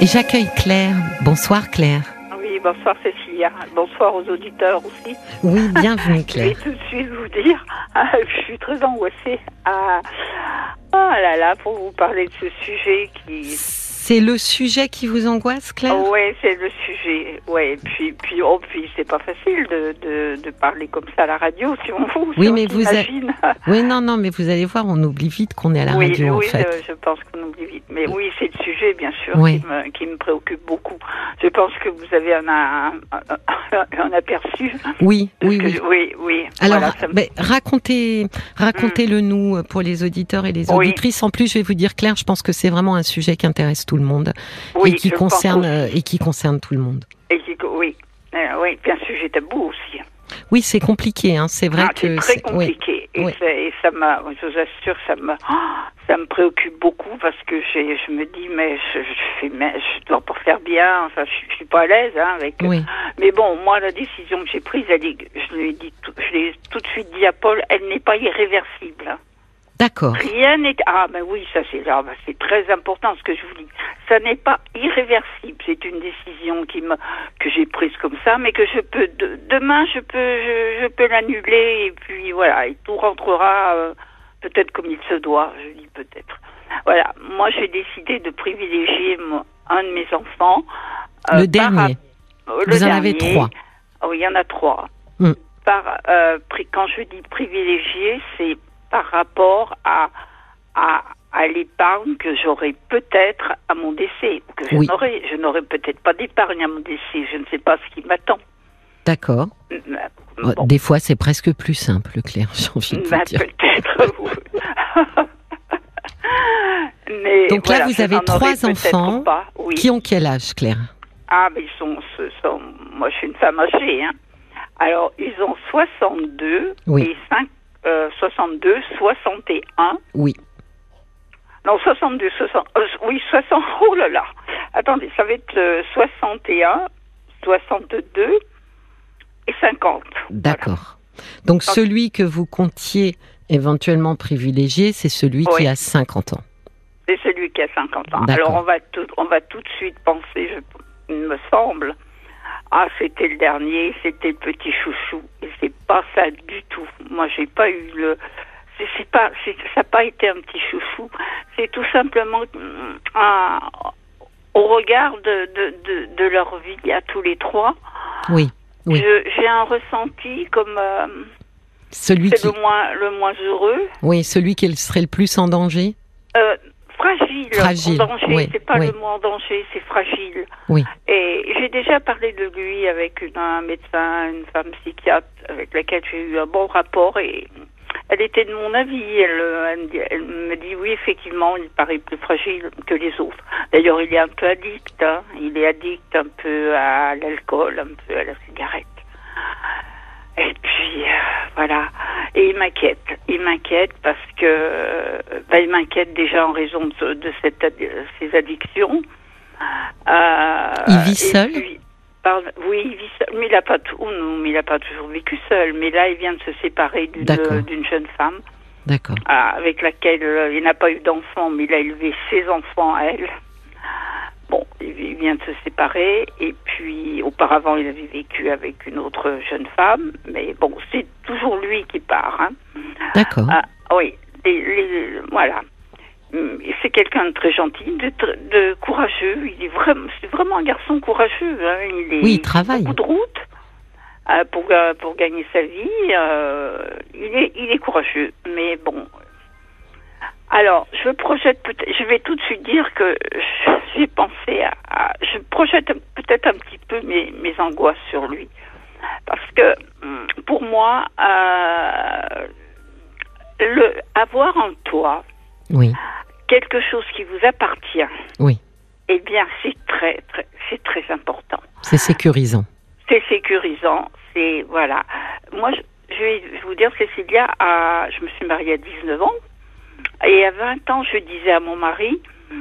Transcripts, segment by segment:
Et j'accueille Claire. Bonsoir Claire. Oui, bonsoir Cécilia. Bonsoir aux auditeurs aussi. Oui, bienvenue Claire. Je vais tout de suite vous dire, je suis très angoissée. Oh là là, pour vous parler de ce sujet qui... C'est le sujet qui vous angoisse, Claire ? Oui, c'est le sujet. Ouais, puis c'est pas facile de parler comme ça à la radio, si on vous. Oui, si mais on vous s'imagine. Oui, non, mais vous allez voir, on oublie vite qu'on est à la radio, en fait. Oui, je pense qu'on oublie vite. Mais oui, c'est le sujet, bien sûr, Oui. qui me préoccupe beaucoup. Je pense que vous avez un aperçu. Oui. Oui. Alors, voilà, racontez-le nous pour les auditeurs et les auditrices. En plus, je vais vous dire, Claire, je pense que c'est vraiment un sujet qui intéresse tout le monde et qui concerne tout le monde. Oui, puis un sujet tabou aussi. Oui, c'est compliqué, hein. C'est vrai que c'est très compliqué. Oui. Et ça je vous assure, ça me préoccupe beaucoup parce que je me dis, mais je dois pas faire bien. Enfin, je suis pas à l'aise, hein, avec. Oui. Mais bon, moi, la décision que j'ai prise, je l'ai tout de suite dit à Paul, elle n'est pas irréversible. Hein. D'accord. Rien n'est... ben oui, ça c'est très important ce que je vous dis. Ça n'est pas irréversible. C'est une décision que j'ai prise comme ça, mais que je peux demain je peux l'annuler et puis voilà, et tout rentrera peut-être comme il se doit. Je dis peut-être. Voilà, moi j'ai décidé de privilégier un de mes enfants. Le dernier. Vous en avez 3. Oui, il y en a 3. Quand je dis privilégier, c'est par rapport à l'épargne que j'aurai peut-être à mon décès. Que je n'aurai peut-être pas d'épargne à mon décès. Je ne sais pas ce qui m'attend. D'accord. Bon. Des fois, c'est presque plus simple, Claire, j'ai envie de vous dire. Peut-être, oui. Mais donc là, vous avez 3 enfants qui ont quel âge, Claire ? Mais moi, je suis une femme âgée. Hein. Alors, ils ont 62 et 62, 61. Oui. Non, 62, 60. Oui, 60. Oh là là. Attendez, ça va être 61, 62 et 50. D'accord. Voilà. Donc, celui que vous comptiez éventuellement privilégier, c'est celui qui a 50 ans. C'est celui qui a 50 ans. D'accord. Alors, on va tout de suite penser, il me semble... c'était le dernier, c'était le petit chouchou. Et c'est pas ça du tout. Moi, j'ai pas eu ça n'a pas été un petit chouchou. C'est tout simplement au regard de leur vie à tous les 3. Oui. J'ai un ressenti comme le moins heureux. Oui, celui qui serait le plus en danger. Fragile. En danger, oui, c'est pas le mot en danger, c'est fragile. Oui. Et j'ai déjà parlé de lui avec un médecin, une femme psychiatre avec laquelle j'ai eu un bon rapport et elle était de mon avis. Elle me dit oui, effectivement, il paraît plus fragile que les autres. D'ailleurs, il est un peu addict. Hein. Il est addict un peu à l'alcool, un peu à la cigarette. Et puis, voilà. Et il m'inquiète parce que... il m'inquiète déjà en raison de ces addictions. Il vit seul ? Oui, il vit seul. Mais il n'a pas toujours vécu seul. Mais là, il vient de se séparer d'une jeune femme. D'accord. Avec laquelle il n'a pas eu d'enfant, mais il a élevé ses enfants à elle. Bon, il vient de se séparer, et puis auparavant il avait vécu avec une autre jeune femme, mais bon, c'est toujours lui qui part. Hein. D'accord. Oui, voilà. C'est quelqu'un de très gentil, de courageux. C'est vraiment un garçon courageux. Hein. Il travaille. Beaucoup de route pour gagner sa vie. Il est courageux, mais bon. Alors, je vais tout de suite dire que j'ai pensé je projette peut-être un petit peu mes angoisses sur lui. Parce que, pour moi, avoir en toi quelque chose qui vous appartient, eh bien, c'est très important. C'est sécurisant. C'est sécurisant, voilà. Moi, je vais vous dire, Cécilia, je me suis mariée à 19 ans. Et à 20 ans, je disais à mon mari,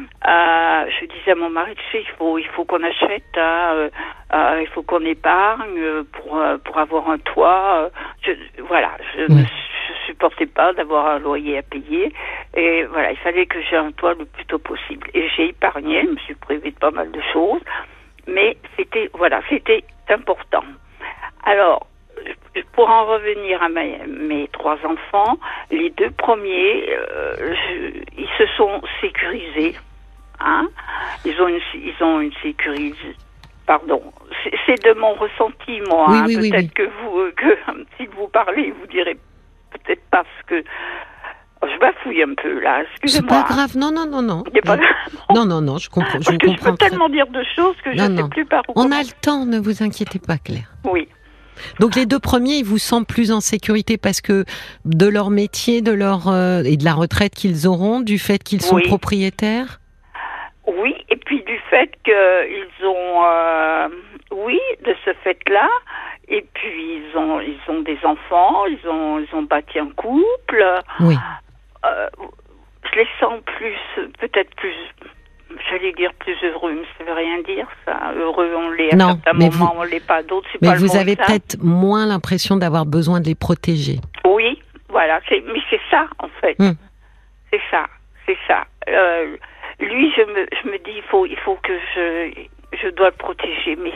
tu sais, il faut qu'on achète, il faut qu'on épargne pour avoir un toit. Je supportais pas d'avoir un loyer à payer. Et voilà, il fallait que j'ai un toit le plus tôt possible. Et j'ai épargné, je me suis privée de pas mal de choses. Mais c'était important. Alors, pour en revenir à mes 3 enfants, les 2 premiers, ils se sont sécurisés. Hein? Ils ont une sécurité. Pardon, c'est de mon ressenti, moi. Oui, hein. oui, peut-être que si vous parlez, vous direz peut-être pas ce que. Je bafouille un peu là. Excusez-moi. C'est pas grave. Non. C'est pas grave. Non. Je comprends. Parce que je peux tellement dire de choses que je ne sais plus par où. On a le temps. Ne vous inquiétez pas, Claire. Oui. Donc les 2 premiers, ils vous semblent plus en sécurité parce que de leur métier, de leur et de la retraite qu'ils auront, du fait qu'ils sont propriétaires. Oui, et puis du fait qu'ils ont, de ce fait-là, et puis ils ont des enfants, ils ont bâti un couple. Oui. Je les sens peut-être plus, j'allais dire plus heureux, mais ça veut rien dire, ça. Heureux, on l'est à certains moments, on l'est pas à d'autres, c'est pas le bon. Mais vous avez peut-être moins l'impression d'avoir besoin de les protéger. Oui, voilà, mais c'est ça, en fait. C'est ça. Lui, je me dis, il faut que je dois le protéger, mais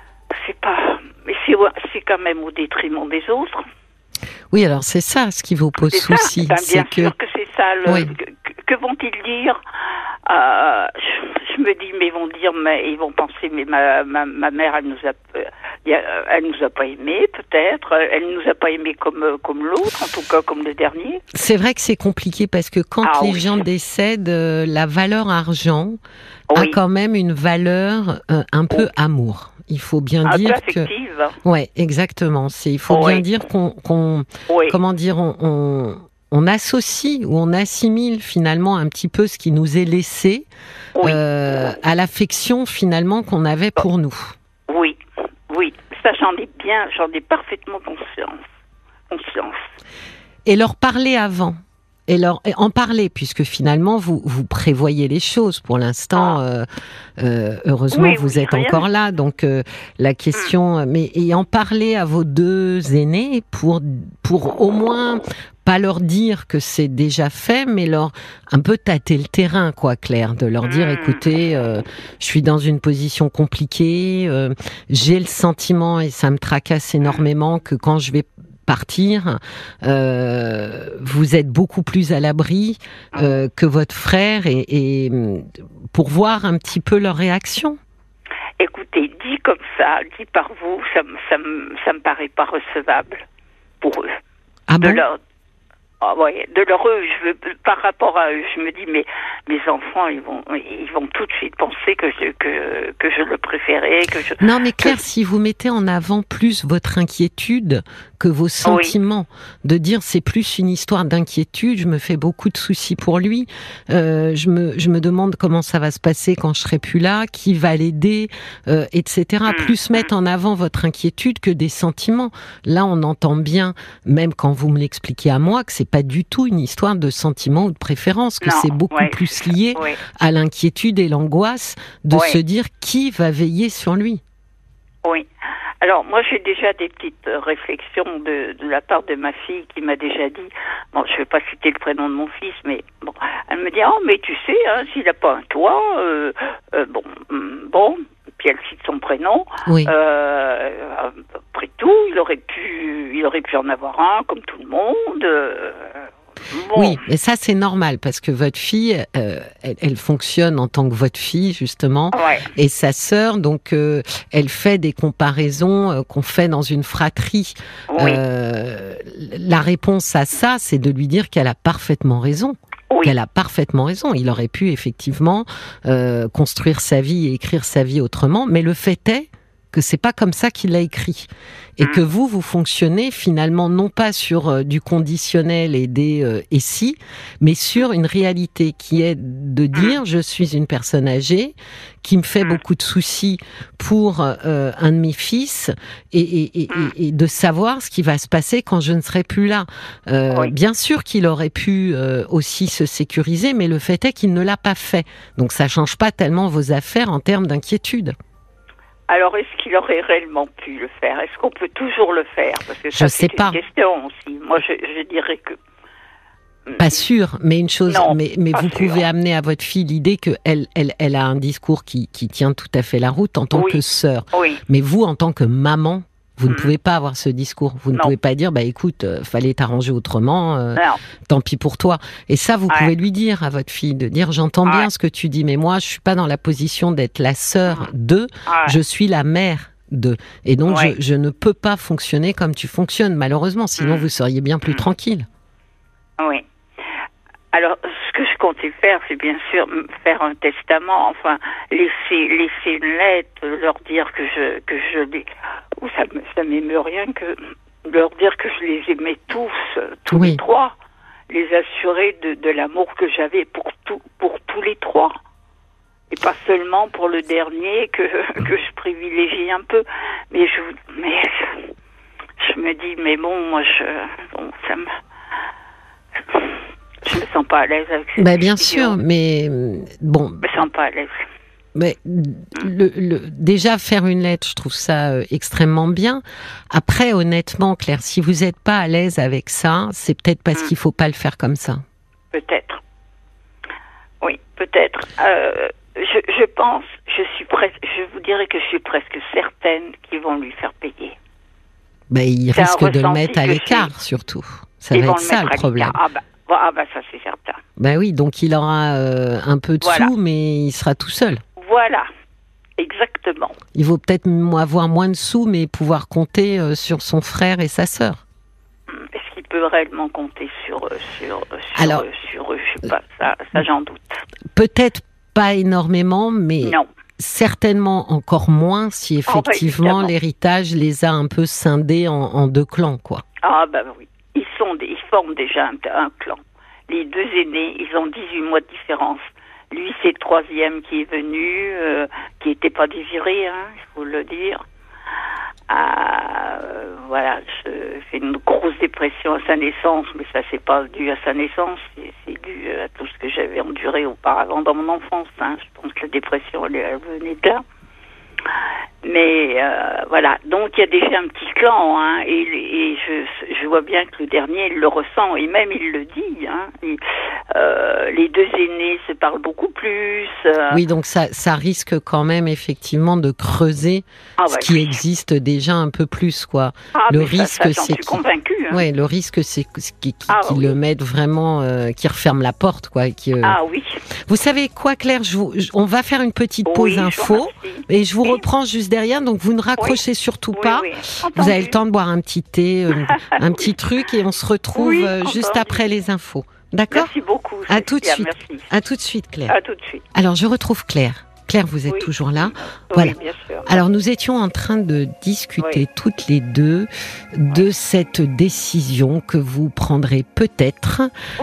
c'est quand même au détriment des autres. Oui, alors c'est ça ce qui vous pose souci. Bien sûr que c'est ça. Que vont-ils dire? Je me dis, mais ils vont penser, mais ma mère, elle nous a pas aimés, peut-être. Elle nous a pas aimés comme l'autre, en tout cas comme le dernier. C'est vrai que c'est compliqué parce que quand les gens décèdent, la valeur argent a quand même une valeur un peu amour. Il faut bien dire que. Ouais, exactement. Il faut bien dire on associe ou on assimile finalement un petit peu ce qui nous est laissé à l'affection finalement qu'on avait pour nous. Oui. Ça, j'en ai parfaitement conscience. Et leur parler avant. Et en parler, puisque finalement, vous prévoyez les choses. Pour l'instant, heureusement, vous êtes encore là. Donc, la question... Et en parler à vos 2 aînés pour au moins pas leur dire que c'est déjà fait, mais leur un peu tâter le terrain, quoi, Claire. De leur dire, écoutez, je suis dans une position compliquée, j'ai le sentiment, et ça me tracasse énormément, que quand je vais partir, vous êtes beaucoup plus à l'abri que votre frère et pour voir un petit peu leur réaction. Écoutez, dit comme ça, dit par vous, ça me paraît pas recevable pour eux. Ah bon? De leur par rapport à eux, je me dis, mais mes enfants, ils vont tout de suite penser que je le préférais, Non, mais Claire, si vous mettez en avant plus votre inquiétude que vos sentiments, de dire c'est plus une histoire d'inquiétude, je me fais beaucoup de soucis pour lui, je me demande comment ça va se passer quand je serai plus là, qui va l'aider, etc. Plus mettre en avant votre inquiétude que des sentiments. Là, on entend bien, même quand vous me l'expliquez à moi, que c'est pas du tout une histoire de sentiments ou de préférence, que c'est beaucoup plus lié à l'inquiétude et l'angoisse de se dire qui va veiller sur lui. Oui. Alors, moi, j'ai déjà des petites réflexions de la part de ma fille qui m'a déjà dit, bon, je vais pas citer le prénom de mon fils, mais bon, elle me dit, mais tu sais, hein, s'il n'a pas un toit, bon, puis elle cite son prénom, après tout, il aurait pu en avoir un, comme tout le monde, Bon. Oui, mais ça c'est normal parce que votre fille, elle fonctionne en tant que votre fille justement, et sa sœur, donc elle fait des comparaisons qu'on fait dans une fratrie. La réponse à ça, c'est de lui dire qu'elle a parfaitement raison. Qu'elle a parfaitement raison. Il aurait pu effectivement construire sa vie et écrire sa vie autrement, mais le fait est que c'est pas comme ça qu'il l'a écrit. Et que vous fonctionnez finalement non pas sur du conditionnel et des et si, mais sur une réalité qui est de dire je suis une personne âgée qui me fait beaucoup de soucis pour un de mes fils et de savoir ce qui va se passer quand je ne serai plus là. Bien sûr qu'il aurait pu aussi se sécuriser, mais le fait est qu'il ne l'a pas fait. Donc ça change pas tellement vos affaires en termes d'inquiétude. Alors, est-ce qu'il aurait réellement pu le faire? Est-ce qu'on peut toujours le faire? Parce que ça, c'est une question aussi. Moi, je dirais que... Pas sûr, mais une chose, non, mais vous pouvez amener à votre fille l'idée qu'elle elle a un discours qui tient tout à fait la route en tant que sœur. Oui. Mais vous, en tant que maman, vous ne pouvez pas avoir ce discours. Vous ne pouvez pas dire, écoute, fallait t'arranger autrement, tant pis pour toi. Et ça, vous pouvez lui dire à votre fille, de dire, j'entends bien ce que tu dis, mais moi, je suis pas dans la position d'être la sœur de, je suis la mère de. Et donc, je ne peux pas fonctionner comme tu fonctionnes, malheureusement, sinon vous seriez bien plus tranquille. Oui. Alors, ce que je comptais faire, c'est bien sûr faire un testament, enfin, laisser une lettre, leur dire que je les... ça m'émeut rien que leur dire que je les aimais tous les trois, les assurer de l'amour que j'avais pour tous les trois. Et pas seulement pour le dernier que je privilégie un peu. Mais je me dis, mais bon, moi, ça me... Je me sens pas à l'aise avec cette bien sûr, mais bon... Je me sens pas à l'aise. Mais déjà, faire une lettre, je trouve ça extrêmement bien. Après, honnêtement, Claire, si vous n'êtes pas à l'aise avec ça, c'est peut-être parce qu'il ne faut pas le faire comme ça. Peut-être. Oui, peut-être. Je pense, je vous dirais que je suis presque certaine qu'ils vont lui faire payer. Ils risquent de le mettre à l'écart, surtout. Ça va être ça le problème. Ça c'est certain. Oui, donc il aura un peu de sous, mais il sera tout seul. Voilà, exactement. Il vaut peut-être avoir moins de sous, mais pouvoir compter sur son frère et sa sœur. Est-ce qu'il peut réellement compter sur eux? Je sais pas, ça j'en doute. Peut-être pas énormément, mais non. Certainement encore moins si effectivement l'héritage les a un peu scindés en deux clans, quoi. Oui. Ils forment déjà un clan. Les deux aînés, ils ont 18 mois de différence. Lui, c'est le troisième qui est venu, qui n'était pas désiré, il faut le dire. C'est une grosse dépression à sa naissance, mais ça, c'est pas dû à sa naissance, c'est dû à tout ce que j'avais enduré auparavant dans mon enfance. Je pense que la dépression, elle venait de là. Mais donc il y a déjà un petit clan, et je vois bien que le dernier il le ressent, et même il le dit. Les deux aînés se parlent beaucoup plus. Oui, donc ça risque quand même effectivement de creuser ce qui existe déjà un peu plus, quoi. Le risque, c'est suis convaincue. Oui, le risque c'est qu'ils le mettent vraiment, qu'ils referment la porte, quoi. Oui. Vous savez quoi, Claire, on va faire une petite pause info, et je vous reprends juste derrière, donc vous ne raccrochez surtout pas. Vous avez le temps de boire un petit thé, un petit truc, et on se retrouve juste après les infos. D'accord ? Merci beaucoup. À tout de suite. Merci. À tout de suite, Claire. À tout de suite. Alors, je retrouve Claire. Claire, vous êtes toujours là. Voilà. Oui, bien sûr. Alors, nous étions en train de discuter toutes les deux de cette décision que vous prendrez peut-être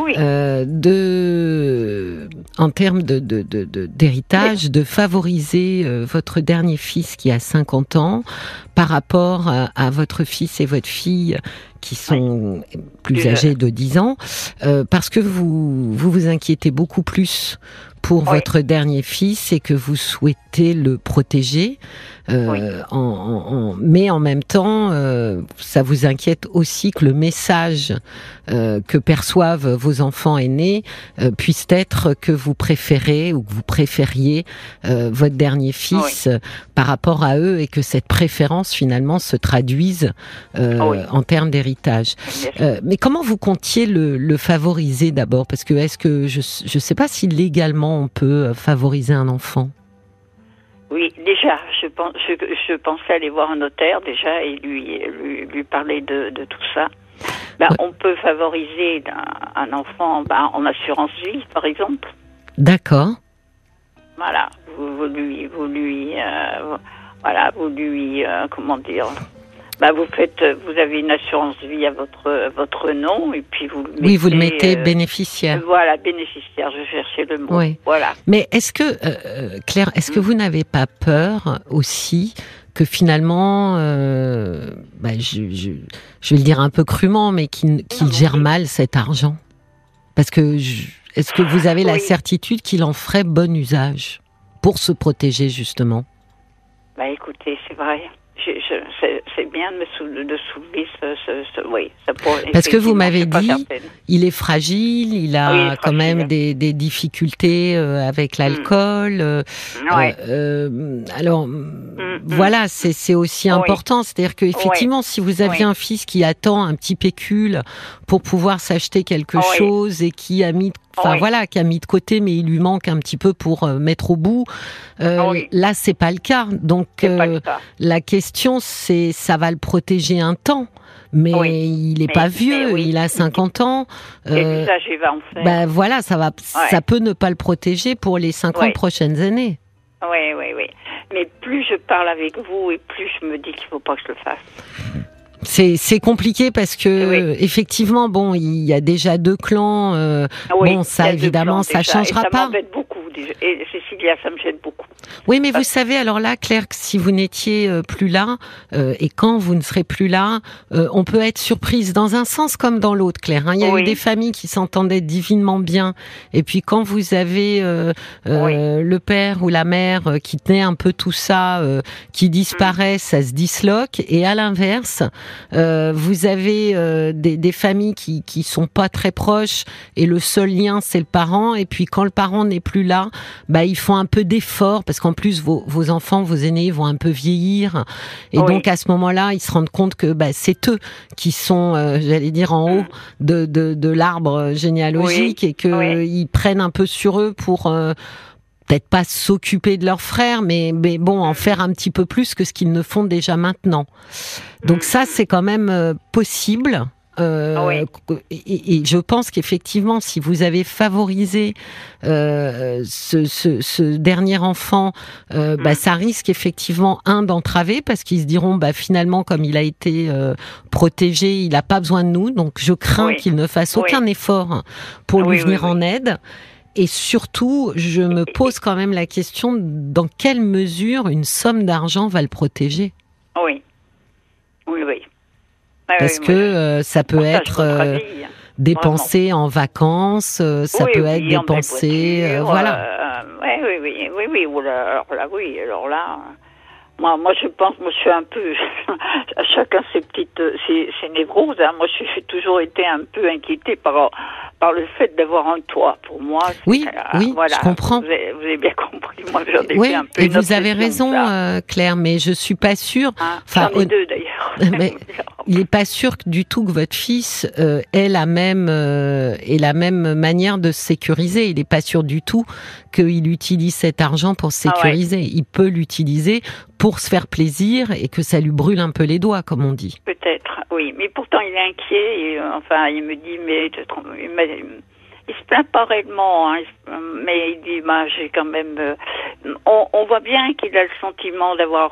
en termes d'héritage, de favoriser votre dernier fils qui a 50 ans par rapport à votre fils et votre fille qui sont plus âgés de 10 ans, parce que vous inquiétez beaucoup plus pour votre dernier fils et que vous souhaitez le protéger, mais en même temps, ça vous inquiète aussi que le message que perçoivent vos enfants aînés puisse être que vous préférez ou que vous préfériez votre dernier fils par rapport à eux, et que cette préférence finalement se traduise en termes d'héritage. Mais comment vous comptiez le favoriser d'abord? Parce que je sais pas si légalement on peut favoriser un enfant. Oui, déjà, je pensais aller voir un notaire déjà et lui parler de tout ça. On peut favoriser un enfant en assurance vie, par exemple. D'accord. Voilà, vous lui comment dire, vous avez une assurance vie à votre nom, et puis vous le mettez... Oui, vous le mettez bénéficiaire. Voilà, bénéficiaire, je cherchais le mot. Oui. Voilà. Mais est-ce que, Claire, que vous n'avez pas peur aussi que finalement, je vais le dire un peu crûment, mais qu'il gère mal cet argent? Parce que, est-ce que vous avez la certitude qu'il en ferait bon usage pour se protéger, justement? Bah écoutez, c'est vrai. C'est bien de soulever oui, ça pourrait, parce que vous m'avez dit, il est fragile, il a quand même des difficultés avec l'alcool. Alors, voilà, c'est aussi important. C'est-à-dire que effectivement, si vous aviez un fils qui attend un petit pécule pour pouvoir s'acheter quelque chose et qui a mis qui a mis de côté, mais il lui manque un petit peu pour mettre au bout. Là, c'est pas le cas. Donc, la question, c'est, ça va le protéger un temps. Mais il est pas vieux, il a 50 ans. Et l'usage, il va en faire. Ben voilà, ça peut ne pas le protéger pour les 50 prochaines années. Oui. Mais plus je parle avec vous et plus je me dis qu'il faut pas que je le fasse. C'est compliqué parce que effectivement, bon, il y a déjà 2 clans. Bon, ça évidemment, ça changera pas. Ça m'embête beaucoup. Et Cécilia, ça me gêne beaucoup. Oui, mais vous savez, alors là, Claire, que si vous n'étiez plus là, et quand vous ne serez plus là, on peut être surprise dans un sens comme dans l'autre, Claire. Il y a eu des familles qui s'entendaient divinement bien, et puis quand vous avez le père ou la mère qui tenait un peu tout ça, qui disparaît, ça se disloque, et à l'inverse, vous avez des familles qui sont pas très proches, et le seul lien, c'est le parent, et puis quand le parent n'est plus là, ils font un peu d'effort, parce qu'en plus vos enfants, vos aînés vont un peu vieillir, et donc à ce moment-là, ils se rendent compte que c'est eux qui sont, j'allais dire, en haut de l'arbre généalogique, et que ils prennent un peu sur eux pour peut-être pas s'occuper de leurs frères, mais bon, en faire un petit peu plus que ce qu'ils ne font déjà maintenant. Donc ça, c'est quand même possible. Et je pense qu'effectivement, si vous avez favorisé ce dernier enfant, ça risque effectivement d'entraver, parce qu'ils se diront finalement, comme il a été protégé, il n'a pas besoin de nous, donc je crains qu'il ne fasse aucun effort pour lui venir en aide. Et surtout, je me pose quand même la question, dans quelle mesure une somme d'argent va le protéger ? Oui. Parce que ça peut être dépensé en vacances, ça peut être dépensé, voilà. Oui. Alors là, moi je pense, je suis un peu, à chacun ses névroses. Moi, j'ai toujours été un peu inquiétée par le fait d'avoir un toit. Pour moi, je comprends. Vous avez bien compris. Moi, j'en ai fait un peu. Et vous avez raison, Claire, mais je suis pas sûre. J'en ai 2 d'ailleurs. Mais il n'est pas sûr du tout que votre fils ait la même manière de se sécuriser. Il n'est pas sûr du tout qu'il utilise cet argent pour se sécuriser. Il peut l'utiliser pour se faire plaisir et que ça lui brûle un peu les doigts, comme on dit. Peut-être, oui. Mais pourtant, il est inquiet. Et, il me dit, mais il se plaint pas réellement, mais il dit, j'ai quand même. On voit bien qu'il a le sentiment d'avoir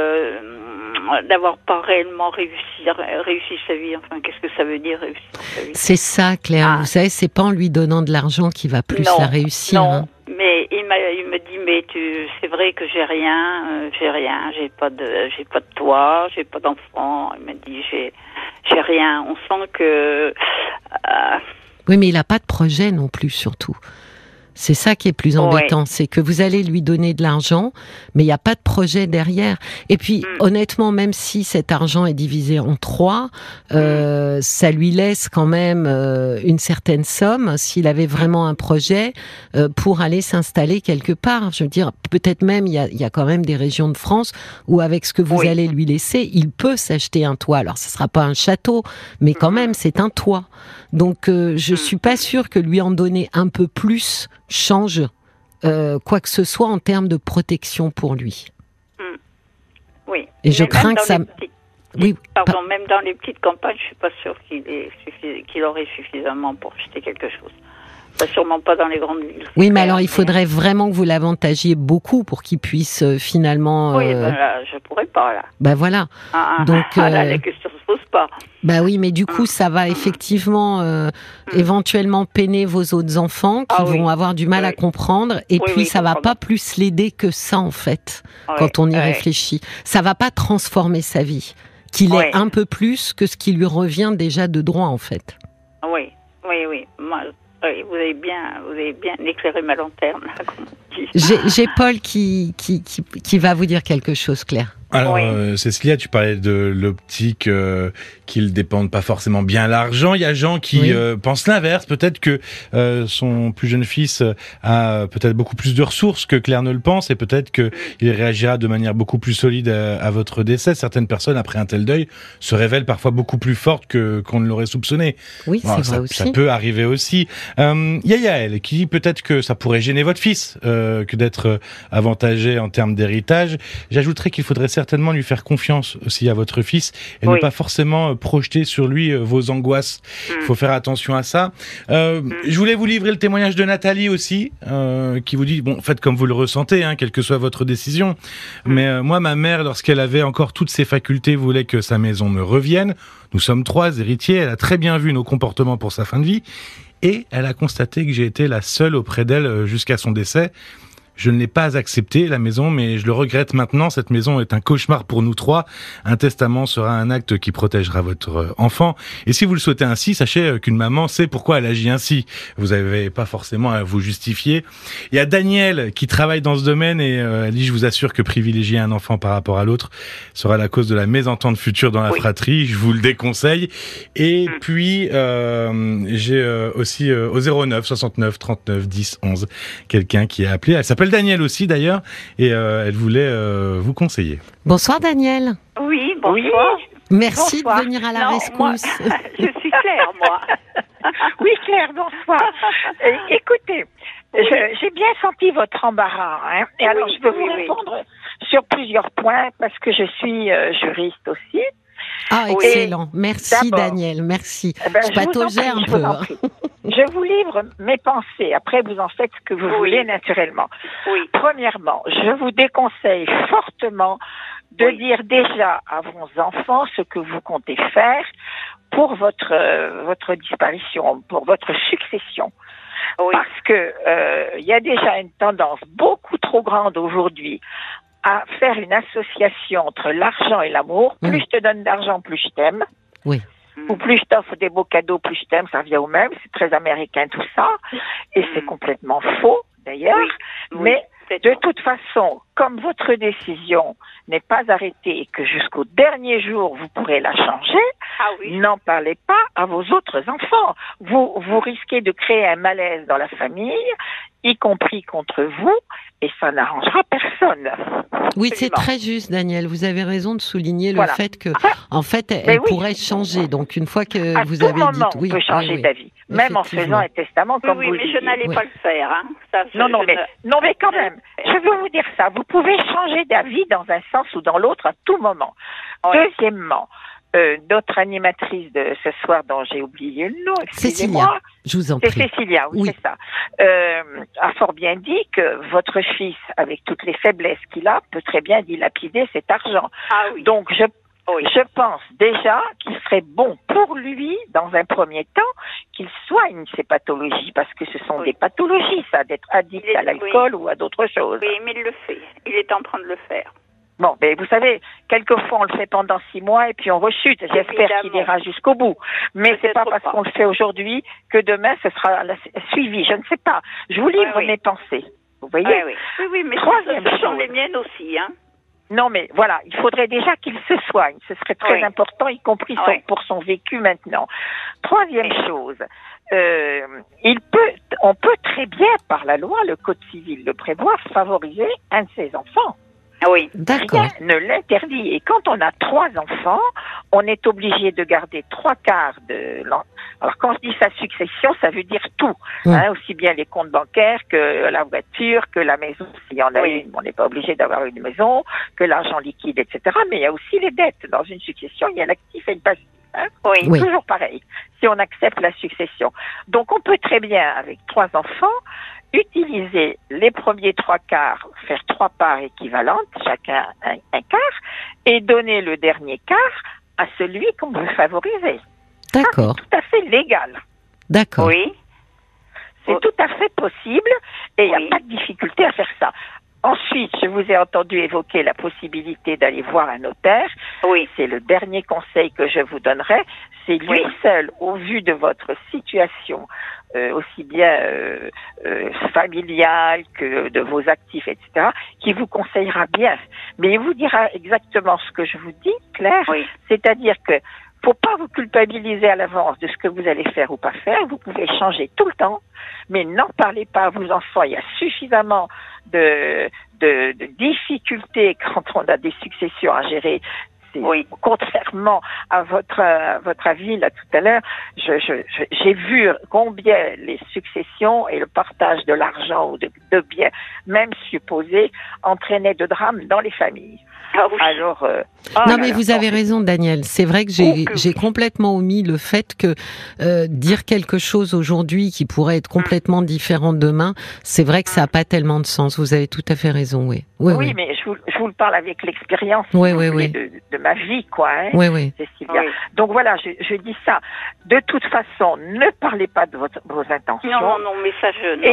pas réellement réussi sa vie. Enfin, qu'est-ce que ça veut dire réussir sa vie ? C'est ça, Claire. Vous savez, c'est pas en lui donnant de l'argent qu'il va plus la réussir. Non. Mais il me dit, mais c'est vrai que j'ai rien, j'ai pas de toit, j'ai pas d'enfant. Il m'a dit, j'ai rien. On sent que. Oui, mais il a pas de projet non plus, surtout. C'est ça qui est plus embêtant, c'est que vous allez lui donner de l'argent, mais il n'y a pas de projet derrière. Et puis, honnêtement, même si cet argent est divisé en 3, ça lui laisse quand même une certaine somme, s'il avait vraiment un projet, pour aller s'installer quelque part. Je veux dire, peut-être même, il y a quand même des régions de France où, avec ce que vous allez lui laisser, il peut s'acheter un toit. Alors, ce ne sera pas un château, mais quand même, c'est un toit. Donc, je suis pas sûre que lui en donner un peu plus change quoi que ce soit en termes de protection pour lui. Oui. Et je crains que ça. Même dans les petites campagnes, je suis pas sûre qu'il aurait suffisamment pour acheter quelque chose. Sûrement pas dans les grandes villes. Oui, mais alors il faudrait vraiment que vous l'avantagiez beaucoup pour qu'il puisse finalement. Oui, là, je pourrais pas là. Voilà. Donc là, la question se pose pas. Oui, mais du coup, ça va effectivement éventuellement peiner vos autres enfants qui vont avoir du mal à comprendre. Et puis, ça va pas plus l'aider que ça en fait, quand on y réfléchit. Ça va pas transformer sa vie, qu'il ait un peu plus que ce qui lui revient déjà de droit en fait. Oui. Oui, vous avez bien éclairé ma lanterne, là, comme on dit. J'ai Paul qui va vous dire quelque chose, Claire. Alors, Oui. Cécilia, tu parlais de l'optique qu'ils dépendent pas forcément bien l'argent. Il y a Jean qui pense l'inverse. Peut-être que son plus jeune fils a peut-être beaucoup plus de ressources que Claire ne le pense, et peut-être qu'il réagira de manière beaucoup plus solide à votre décès. Certaines personnes, après un tel deuil, se révèlent parfois beaucoup plus fortes qu'on ne l'aurait soupçonné. Oui, c'est vrai aussi. Ça peut arriver aussi. Il y a Yael qui dit peut-être que ça pourrait gêner votre fils que d'être avantagé en termes d'héritage. J'ajouterais qu'il faudrait certainement lui faire confiance aussi à votre fils et ne pas forcément projeter sur lui vos angoisses. Il faut faire attention à ça. Je voulais vous livrer le témoignage de Nathalie aussi, qui vous dit, bon, faites comme vous le ressentez, hein, quelle que soit votre décision. Mais moi, ma mère, lorsqu'elle avait encore toutes ses facultés, voulait que sa maison me revienne. Nous sommes 3 héritiers. Elle a très bien vu nos comportements pour sa fin de vie. Et elle a constaté que j'ai été la seule auprès d'elle jusqu'à son décès. Je ne l'ai pas accepté, la maison, mais je le regrette maintenant. Cette maison est un cauchemar pour nous 3. Un testament sera un acte qui protégera votre enfant. Et si vous le souhaitez ainsi, sachez qu'une maman sait pourquoi elle agit ainsi. Vous n'avez pas forcément à vous justifier. Il y a Daniel qui travaille dans ce domaine et elle dit, je vous assure que privilégier un enfant par rapport à l'autre sera la cause de la mésentente future dans la fratrie. Je vous le déconseille. Et puis, j'ai aussi au 09 69 39 10 11 quelqu'un qui a appelé. Elle s'appelle Daniel aussi d'ailleurs, et elle voulait vous conseiller. Bonsoir Daniel. Oui, bonsoir. Merci Bonsoir. de venir à la rescousse. Moi, je suis Claire, moi. Oui, Claire, bonsoir. Écoutez, j'ai bien senti votre embarras, hein, et alors je veux vous répondre sur plusieurs points, parce que je suis juriste aussi. Ah, excellent. Merci Daniel, merci. Je pataugeais un peu. Je vous livre mes pensées. Après, vous en faites ce que vous voulez naturellement. Oui. Premièrement, je vous déconseille fortement de dire déjà à vos enfants ce que vous comptez faire pour votre disparition, pour votre succession. Oui. Parce que il y a déjà une tendance beaucoup trop grande aujourd'hui à faire une association entre l'argent et l'amour. Plus je te donne d'argent, plus je t'aime. Oui. Ou plus je t'offre des beaux cadeaux, plus je t'aime, ça revient au même. C'est très américain tout ça. Et c'est complètement faux, d'ailleurs. Mais de toute façon, comme votre décision n'est pas arrêtée et que jusqu'au dernier jour, vous pourrez la changer, n'en parlez pas à vos autres enfants. Vous risquez de créer un malaise dans la famille, y compris contre vous, et ça n'arrangera personne. Oui, c'est très juste, Daniel. Vous avez raison de souligner le fait que, en fait, elle pourrait changer. Donc, une fois que vous avez dit, on peut changer d'avis, même en faisant un testament comme vous le dites. Mais je n'allais pas le faire. Hein. Ça, mais quand même, je veux vous dire ça. Vous pouvez changer d'avis dans un sens ou dans l'autre à tout moment. Deuxièmement, notre animatrice de ce soir dont j'ai oublié le nom, Cécilia, je vous en prie. C'est Cécilia, oui, c'est ça. A fort bien dit que votre fils, avec toutes les faiblesses qu'il a, peut très bien dilapider cet argent. Donc, je pense déjà qu'il serait bon pour lui, dans un premier temps, qu'il soigne ses pathologies, parce que ce sont des pathologies, ça, d'être addict à l'alcool ou à d'autres choses. Oui, mais il le fait. Il est en train de le faire. Bon, mais vous savez, quelquefois on le fait pendant 6 mois et puis on rechute. J'espère qu'il ira jusqu'au bout. Mais c'est pas parce qu'on le fait aujourd'hui que demain ce sera suivi. Je ne sais pas. Je vous livre mes pensées. Vous voyez? Oui, mais ce sont les miennes aussi, hein. Non, mais voilà, il faudrait déjà qu'il se soigne. Ce serait très important, y compris pour son vécu maintenant. Troisième chose, on peut très bien, par la loi, le Code civil le prévoit, favoriser un de ses enfants. Oui, d'accord. Rien ne l'interdit. Et quand on a 3 enfants, on est obligé de garder 3/4 de... Alors, quand je dis sa succession, ça veut dire tout. Hein, aussi bien les comptes bancaires que la voiture, que la maison, s'il y en a une. On n'est pas obligé d'avoir une maison, que l'argent liquide, etc. Mais il y a aussi les dettes. Dans une succession, il y a l'actif et le passif. Hein? Toujours pareil, si on accepte la succession. Donc, on peut très bien, avec 3 enfants, utiliser les premiers 3/4, faire 3 parts équivalentes, chacun un quart, et donner le dernier quart à celui qu'on veut favoriser. D'accord. C'est tout à fait légal. D'accord. Oui. C'est tout à fait possible et il n'y a pas de difficulté à faire ça. Ensuite, je vous ai entendu évoquer la possibilité d'aller voir un notaire. Oui. C'est le dernier conseil que je vous donnerai. C'est lui seul, au vu de votre situation, aussi bien familial que de vos actifs, etc., qui vous conseillera bien. Mais il vous dira exactement ce que je vous dis, Claire, Oui. c'est-à-dire que faut pas vous culpabiliser à l'avance de ce que vous allez faire ou pas faire. Vous pouvez changer tout le temps, mais n'en parlez pas à vos enfants. Il y a suffisamment de difficultés quand on a des successions à gérer. Oui. Contrairement à votre avis là tout à l'heure, j'ai vu combien les successions et le partage de l'argent ou de biens, même supposés, entraînaient de drames dans les familles. Ah oui. Alors, non, mais vous avez raison, Daniel. C'est vrai que j'ai complètement omis le fait que dire quelque chose aujourd'hui qui pourrait être complètement différent demain, c'est vrai que ça n'a pas tellement de sens. Vous avez tout à fait raison, oui. Oui, mais je vous le parle avec l'expérience de ma vie, quoi. Hein, oui. Cécilia. Oui. Donc voilà, je dis ça. De toute façon, ne parlez pas de vos intentions. Non, mais ça,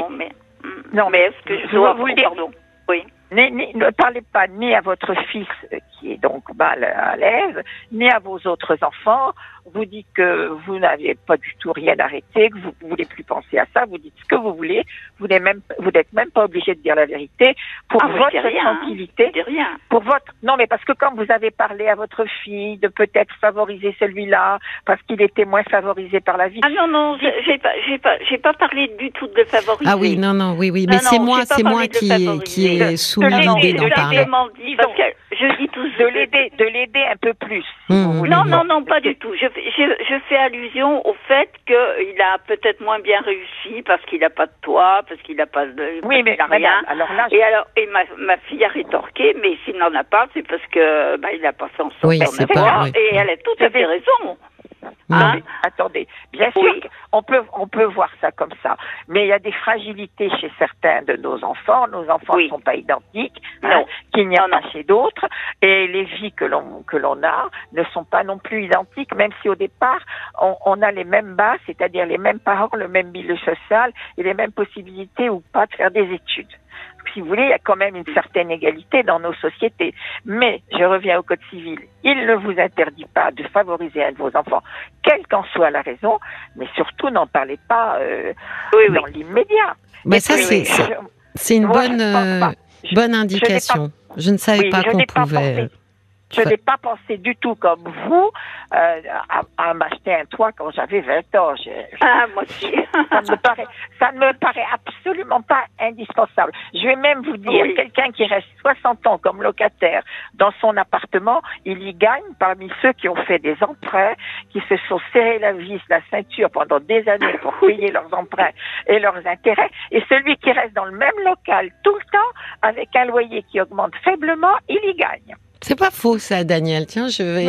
mais est-ce que je dois vous dire? Pardon. Oui. Ne parlez pas ni à votre fils, qui est donc mal à l'aise, ni à vos autres enfants. Vous dites que vous n'avez pas du tout rien arrêté, que vous ne voulez plus penser à ça, vous dites ce que vous voulez, vous n'êtes même pas obligé de dire la vérité pour votre tranquillité. Non, mais parce que quand vous avez parlé à votre fille de peut-être favoriser celui-là, parce qu'il était moins favorisé par la vie. Ah non, j'ai pas parlé du tout de favoriser. Ah oui, non, oui, mais c'est moi qui ai soumis l'idée d'en parler. Je dis tous de l'aider un peu plus. Non, pas du tout. Je fais allusion au fait qu'il a peut-être moins bien réussi parce qu'il n'a pas de toit, parce qu'il n'a pas de... Oui, mais rien. Et ma fille a rétorqué, mais s'il n'en a pas, c'est parce que il n'a pas fait en sorte d'en avoir. Et elle a tout à fait raison. Non, mais attendez, bien sûr on peut voir ça comme ça, mais il y a des fragilités chez certains de nos enfants. Nos enfants ne sont pas identiques, qu'il n'y en a chez d'autres, et les vies que l'on a ne sont pas non plus identiques, même si au départ on a les mêmes bases, c'est-à-dire les mêmes parents, le même milieu social et les mêmes possibilités ou pas de faire des études. Si vous voulez, il y a quand même une certaine égalité dans nos sociétés. Mais, je reviens au Code civil, il ne vous interdit pas de favoriser un de vos enfants, quelle qu'en soit la raison, mais surtout n'en parlez pas dans l'immédiat. Mais ça, c'est une bonne indication. Je ne savais pas qu'on pouvait... Je n'ai pas pensé du tout comme vous à m'acheter un toit quand j'avais 20 ans. Moi aussi. ça ne me paraît absolument pas indispensable. Je vais même vous dire, quelqu'un qui reste 60 ans comme locataire dans son appartement, il y gagne parmi ceux qui ont fait des emprunts, qui se sont serrés la vis, la ceinture pendant des années pour payer leurs emprunts et leurs intérêts. Et celui qui reste dans le même local tout le temps, avec un loyer qui augmente faiblement, il y gagne. C'est pas faux ça, Daniel. Tiens, je vais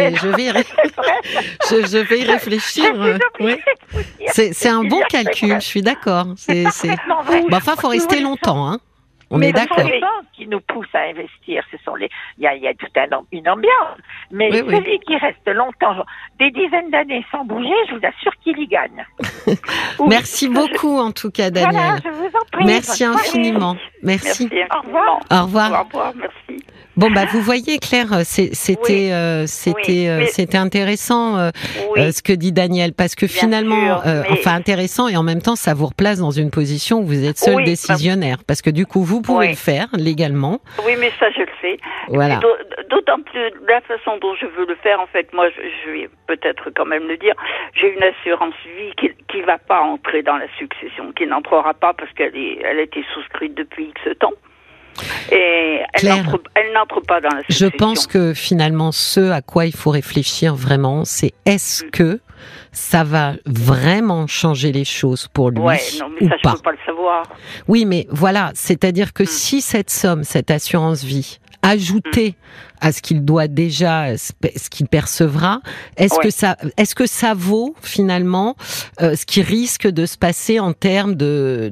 y réfléchir. C'est un bon calcul. Je suis d'accord. Enfin, faut rester longtemps, hein. On est d'accord. C'est les banques qui nous poussent à investir. Il y a toute une ambiance. Mais celui qui reste longtemps, des dizaines d'années sans bouger, je vous assure qu'il y gagne. Merci beaucoup, en tout cas, Daniel. Voilà, je vous en prie. Merci infiniment. Merci. Au revoir. Au revoir. Au revoir. Merci. Bon, vous voyez, Claire, c'était intéressant ce que dit Daniel, parce que finalement, intéressant, et en même temps, ça vous replace dans une position où vous êtes seul décisionnaire, parce que du coup, vous pouvez le faire légalement. Oui, mais ça, je le sais. Voilà. D'autant plus de la façon dont je veux le faire, en fait, moi, je vais peut-être quand même le dire, j'ai une assurance vie qui va pas entrer dans la succession, qui n'entrera pas parce qu'elle a été souscrite depuis X temps. Et elle n'entre pas dans la succession. Je pense que finalement, ce à quoi il faut réfléchir vraiment, c'est est-ce que ça va vraiment changer les choses pour lui ou pas. Je peux pas le savoir. Oui, mais voilà, c'est-à-dire que si cette somme, cette assurance vie, ajoutée à ce qu'il doit déjà, ce qu'il percevra, est-ce que ça vaut finalement ce qui risque de se passer en termes de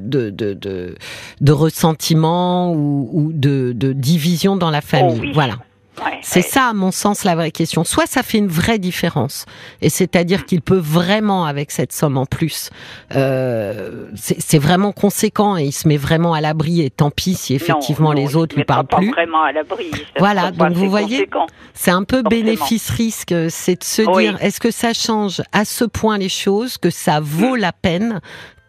ressentiment ou de division dans la famille. Voilà. C'est ça, à mon sens, la vraie question. Soit ça fait une vraie différence, et c'est-à-dire qu'il peut vraiment, avec cette somme en plus, c'est vraiment conséquent et il se met vraiment à l'abri. Et tant pis si effectivement les autres lui parlent plus. Vraiment à l'abri. Voilà, donc vous voyez, c'est un peu bénéfice-risque. C'est de se dire, est-ce que ça change à ce point les choses, que ça vaut la peine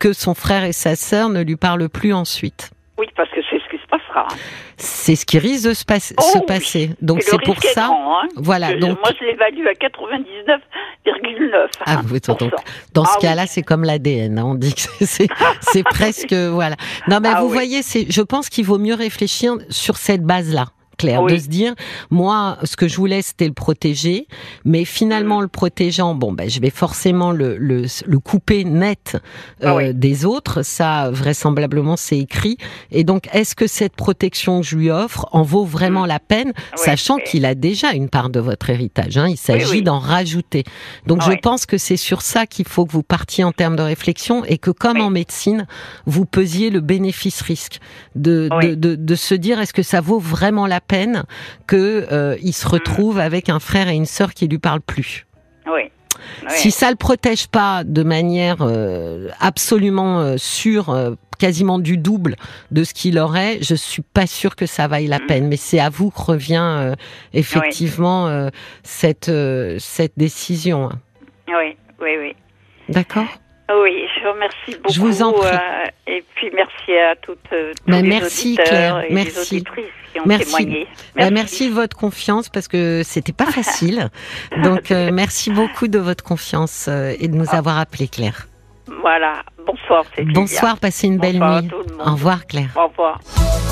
que son frère et sa sœur ne lui parlent plus ensuite. Oui, parce que c'est ce qui se passera. C'est ce qui risque de se passer. Donc c'est pour ça. Grand, hein. Voilà. Donc moi, je l'évalue à 99,9. Ah, donc, dans ce cas-là, c'est comme l'ADN. Hein, on dit que c'est presque voilà. Non, mais vous voyez, je pense qu'il vaut mieux réfléchir sur cette base-là. Claire, de se dire, moi, ce que je voulais, c'était le protéger, mais finalement, le protégeant, je vais forcément le couper net des autres, ça, vraisemblablement, c'est écrit, et donc, est-ce que cette protection que je lui offre en vaut vraiment la peine, sachant qu'il a déjà une part de votre héritage, hein, il s'agit d'en rajouter. Donc, je pense que c'est sur ça qu'il faut que vous partiez en termes de réflexion, et que, comme en médecine, vous pesiez le bénéfice-risque, de se dire, est-ce que ça vaut vraiment la peine que il se retrouve avec un frère et une sœur qui lui parlent plus. Si ça le protège pas de manière absolument sûre, quasiment du double de ce qu'il aurait, je suis pas sûre que ça vaille la peine. Mais c'est à vous que revient effectivement cette décision. Oui. D'accord. Oui, je vous remercie beaucoup. Je vous en prie. Et puis merci à toutes merci les auditeurs Claire, et merci. les auditrices qui ont témoigné. Merci de votre confiance parce que c'était pas facile. Donc merci beaucoup de votre confiance et de nous avoir appelé Claire. Voilà. Bonsoir. Bonsoir, passez une belle nuit. Au revoir Claire. Au revoir.